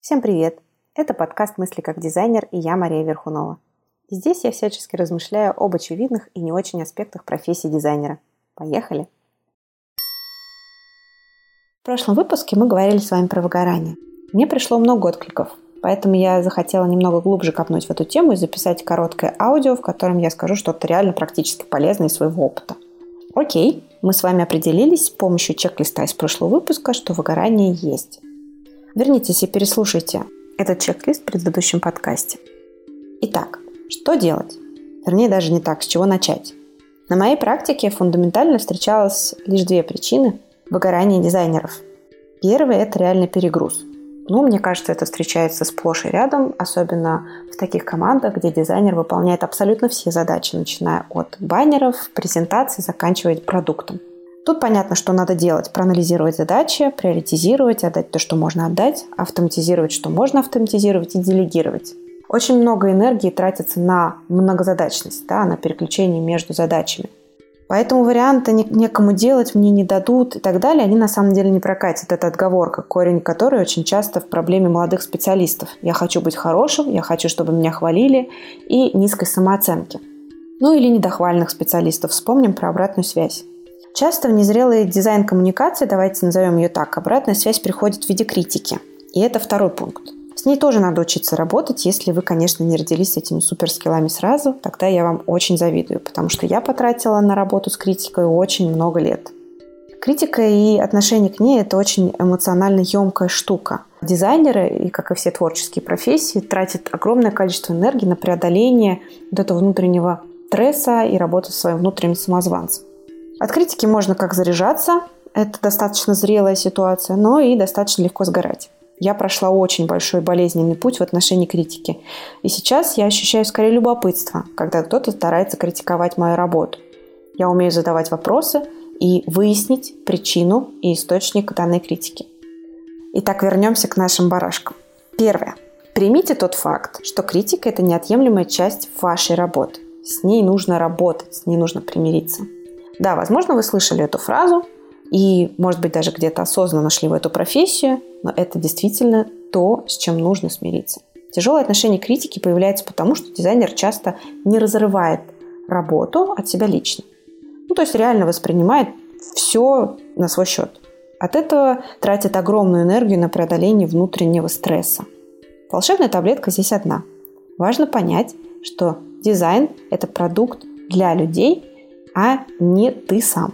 Всем привет! Это подкаст «Мысли как дизайнер» и я, Мария Верхунова. И здесь я всячески размышляю об очевидных и не очень аспектах профессии дизайнера. Поехали! В прошлом выпуске мы говорили с вами про выгорание. Мне пришло много откликов, поэтому я захотела немного глубже копнуть в эту тему и записать короткое аудио, в котором я скажу что-то реально практически полезное из своего опыта. Окей, мы с вами определились с помощью чек-листа из прошлого выпуска, что выгорание есть. Вернитесь и переслушайте этот чек-лист в предыдущем подкасте. Итак, что делать? Вернее, даже не так, с чего начать. На моей практике фундаментально встречалось лишь две причины выгорания дизайнеров. Первый – это реальный перегруз. Мне кажется, это встречается сплошь и рядом, особенно в таких командах, где дизайнер выполняет абсолютно все задачи, начиная от баннеров, презентаций, заканчивая продуктом. Тут понятно, что надо делать. Проанализировать задачи, приоритизировать, отдать то, что можно отдать, автоматизировать, что можно автоматизировать и делегировать. Очень много энергии тратится на многозадачность, на переключение между задачами. Поэтому варианты некому делать, мне не дадут и так далее, они на самом деле не прокатят. Это отговорка, корень которой очень часто в проблеме молодых специалистов. Я хочу быть хорошим, я хочу, чтобы меня хвалили, и низкой самооценки. Или недохваленных специалистов. Вспомним про обратную связь. Часто в незрелой дизайн-коммуникации, давайте назовем ее так, обратная связь приходит в виде критики. И это второй пункт. С ней тоже надо учиться работать, если вы, конечно, не родились с этими суперскиллами сразу, тогда я вам очень завидую, потому что я потратила на работу с критикой очень много лет. Критика и отношение к ней – это очень эмоционально емкая штука. Дизайнеры, и как и все творческие профессии, тратят огромное количество энергии на преодоление этого внутреннего стресса и работу со своим внутренним самозванцем. От критики можно как заряжаться, это достаточно зрелая ситуация, но и достаточно легко сгорать. Я прошла очень большой болезненный путь в отношении критики. И сейчас я ощущаю скорее любопытство, когда кто-то старается критиковать мою работу. Я умею задавать вопросы и выяснить причину и источник данной критики. Итак, вернемся к нашим барашкам. Первое. Примите тот факт, что критика – это неотъемлемая часть вашей работы. С ней нужно работать, с ней нужно примириться. Да, возможно, вы слышали эту фразу и, может быть, даже где-то осознанно шли в эту профессию, но это действительно то, с чем нужно смириться. Тяжелое отношение к критике появляется потому, что дизайнер часто не разрывает работу от себя лично. То есть реально воспринимает все на свой счет. От этого тратит огромную энергию на преодоление внутреннего стресса. Волшебная таблетка здесь одна. Важно понять, что дизайн – это продукт для людей, а не ты сам.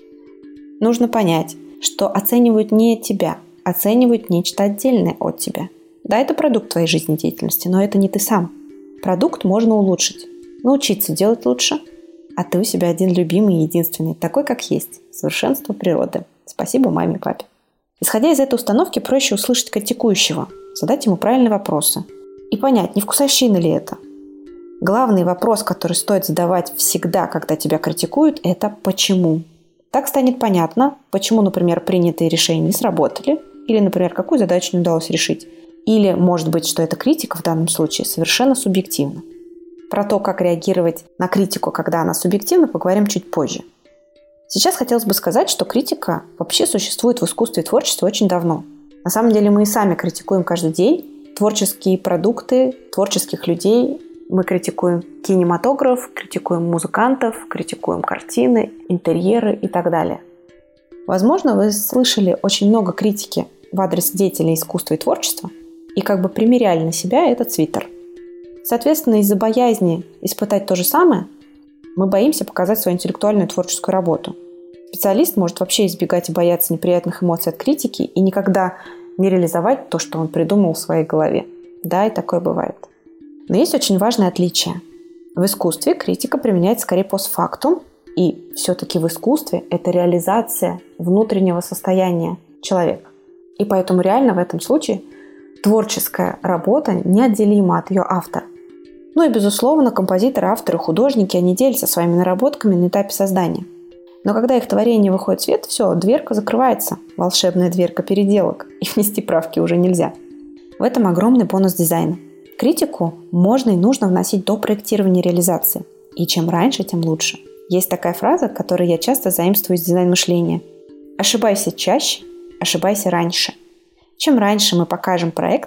Нужно понять, что оценивают не тебя, оценивают нечто отдельное от тебя. Да, это продукт твоей жизнедеятельности, но это не ты сам. Продукт можно улучшить, научиться делать лучше, а ты у себя один любимый и единственный, такой, как есть. Совершенство природы. Спасибо маме и папе. Исходя из этой установки, проще услышать критикующего, задать ему правильные вопросы и понять, не вкусовщина ли это. Главный вопрос, который стоит задавать всегда, когда тебя критикуют, это «почему?». Так станет понятно, почему, например, принятые решения не сработали, или, например, какую задачу не удалось решить. Или, может быть, что эта критика в данном случае совершенно субъективна. Про то, как реагировать на критику, когда она субъективна, поговорим чуть позже. Сейчас хотелось бы сказать, что критика вообще существует в искусстве и творчестве очень давно. На самом деле мы и сами критикуем каждый день творческие продукты, творческих людей. Мы критикуем кинематограф, критикуем музыкантов, критикуем картины, интерьеры и так далее. Возможно, вы слышали очень много критики в адрес деятелей искусства и творчества и примеряли на себя этот свитер. Соответственно, из-за боязни испытать то же самое, мы боимся показать свою интеллектуальную и творческую работу. Специалист может вообще избегать и бояться неприятных эмоций от критики и никогда не реализовать то, что он придумал в своей голове. Да, и такое бывает. Но есть очень важное отличие. В искусстве критика применяется скорее постфактум, и все-таки в искусстве это реализация внутреннего состояния человека. И поэтому реально в этом случае творческая работа неотделима от ее автора. И, безусловно, композиторы, авторы, художники, они делятся своими наработками на этапе создания. Но когда их творение выходит в свет, все, дверка закрывается, волшебная дверка переделок, и внести правки уже нельзя. В этом огромный бонус дизайна. Критику можно и нужно вносить до проектирования и реализации. И чем раньше, тем лучше. Есть такая фраза, которую я часто заимствую из дизайн-мышления. Ошибайся чаще, ошибайся раньше. Чем раньше мы покажем проект,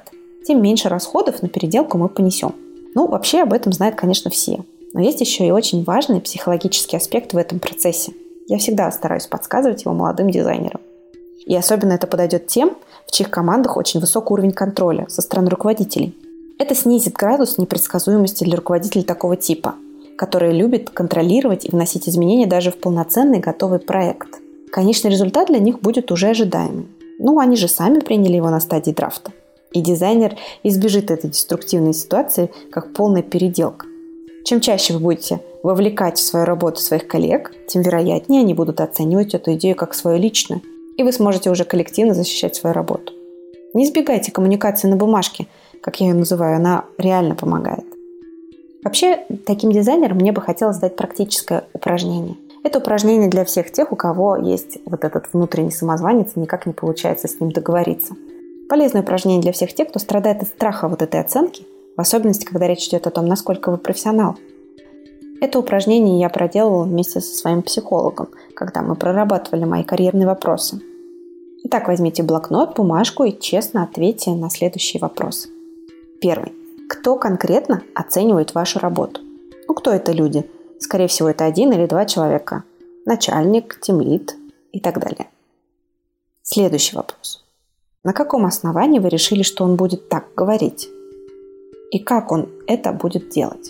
тем меньше расходов на переделку мы понесем. Вообще об этом знают, конечно, все. Но есть еще и очень важный психологический аспект в этом процессе. Я всегда стараюсь подсказывать его молодым дизайнерам. И особенно это подойдет тем, в чьих командах очень высокий уровень контроля со стороны руководителей. Это снизит градус непредсказуемости для руководителей такого типа, которые любят контролировать и вносить изменения даже в полноценный готовый проект. Конечный результат для них будет уже ожидаемый. Они же сами приняли его на стадии драфта. И дизайнер избежит этой деструктивной ситуации, как полная переделка. Чем чаще вы будете вовлекать в свою работу своих коллег, тем вероятнее они будут оценивать эту идею как свою личную, и вы сможете уже коллективно защищать свою работу. Не избегайте коммуникации на бумажке, как я ее называю, она реально помогает. Вообще, таким дизайнерам мне бы хотелось дать практическое упражнение. Это упражнение для всех тех, у кого есть вот этот внутренний самозванец, и никак не получается с ним договориться. Полезное упражнение для всех тех, кто страдает от страха вот этой оценки, в особенности, когда речь идет о том, насколько вы профессионал. Это упражнение я проделывала вместе со своим психологом, когда мы прорабатывали мои карьерные вопросы. Итак, возьмите блокнот, бумажку и честно ответьте на следующие вопросы. Первый. Кто конкретно оценивает вашу работу? Кто это люди? Скорее всего, это 1 или 2 человека. Начальник, тимлид и так далее. Следующий вопрос. На каком основании вы решили, что он будет так говорить? И как он это будет делать?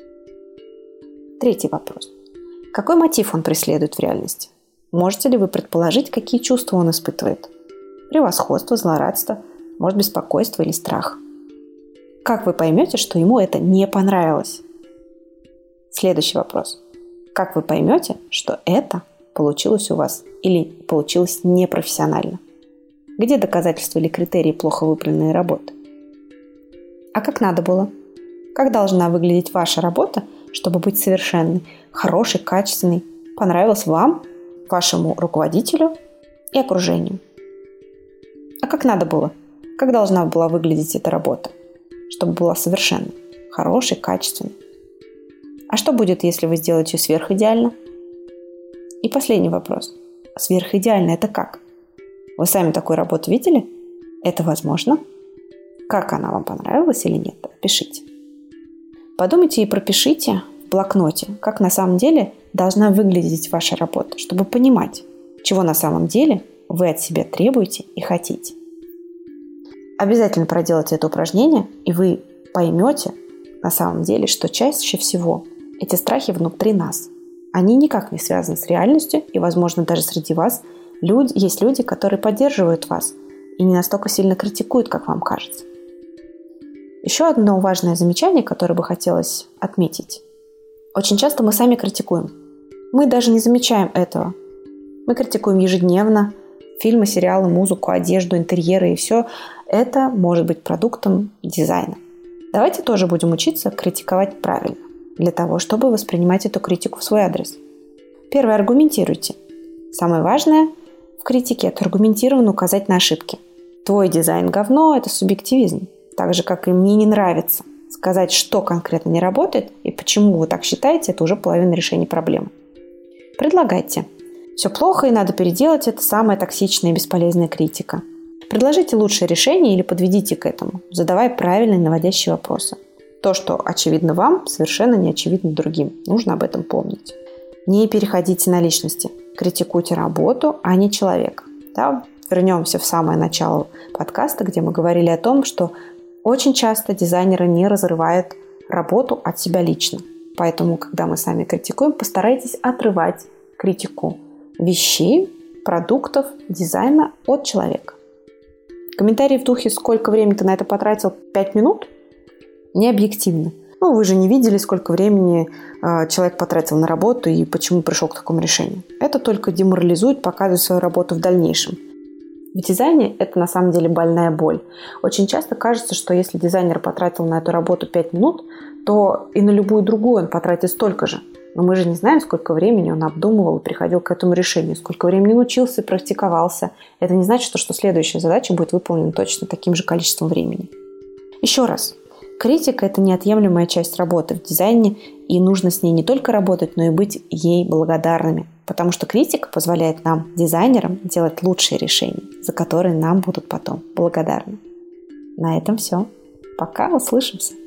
Третий вопрос. Какой мотив он преследует в реальности? Можете ли вы предположить, какие чувства он испытывает? Превосходство, злорадство, может, беспокойство или страх? Как вы поймете, что ему это не понравилось? Следующий вопрос. Как вы поймете, что это получилось у вас или получилось непрофессионально? Где доказательства или критерии плохо выполненной работы? А как надо было? Как должна выглядеть ваша работа, чтобы быть совершенной, хорошей, качественной, понравилась вам, вашему руководителю и окружению? А как надо было? Как должна была выглядеть эта работа, чтобы была совершенной, хорошей, качественной? А что будет, если вы сделаете ее сверхидеально? И последний вопрос. Сверхидеально – это как? Вы сами такую работу видели? Это возможно? Как она вам понравилась или нет? Пишите. Подумайте и пропишите в блокноте, как на самом деле должна выглядеть ваша работа, чтобы понимать, чего на самом деле вы от себя требуете и хотите. Обязательно проделайте это упражнение, и вы поймете на самом деле, что чаще всего эти страхи внутри нас. Они никак не связаны с реальностью, и, возможно, даже среди вас есть люди, которые поддерживают вас и не настолько сильно критикуют, как вам кажется. Еще одно важное замечание, которое бы хотелось отметить. Очень часто мы сами критикуем. Мы даже не замечаем этого. Мы критикуем ежедневно фильмы, сериалы, музыку, одежду, интерьеры и все. Это может быть продуктом дизайна. Давайте тоже будем учиться критиковать правильно, для того, чтобы воспринимать эту критику в свой адрес. Первое. Аргументируйте. Самое важное в критике – это аргументированно указать на ошибки. Твой дизайн говно – это субъективизм. Так же, как и мне не нравится. Сказать, что конкретно не работает и почему вы так считаете, это уже половина решения проблемы. Предлагайте. Все плохо и надо переделать – это самая токсичная и бесполезная критика. Предложите лучшее решение или подведите к этому, задавая правильные наводящие вопросы. То, что очевидно вам, совершенно не очевидно другим. Нужно об этом помнить. Не переходите на личности. Критикуйте работу, а не человека. Вернемся в самое начало подкаста, где мы говорили о том, что очень часто дизайнеры не разрывают работу от себя лично. Поэтому, когда мы сами критикуем, постарайтесь отрывать критику вещей, продуктов, дизайна от человека. Комментарии в духе «Сколько времени ты на это потратил? 5 минут?» не объективны. Вы же не видели, сколько времени человек потратил на работу и почему пришел к такому решению. Это только деморализует, показывает свою работу в дальнейшем. В дизайне это на самом деле больная боль. Очень часто кажется, что если дизайнер потратил на эту работу 5 минут, то и на любую другую он потратит столько же. Но мы же не знаем, сколько времени он обдумывал и приходил к этому решению, сколько времени он учился и практиковался. Это не значит, что следующая задача будет выполнена точно таким же количеством времени. Еще раз. Критика – это неотъемлемая часть работы в дизайне, и нужно с ней не только работать, но и быть ей благодарными. Потому что критика позволяет нам, дизайнерам, делать лучшие решения, за которые нам будут потом благодарны. На этом все. Пока, услышимся.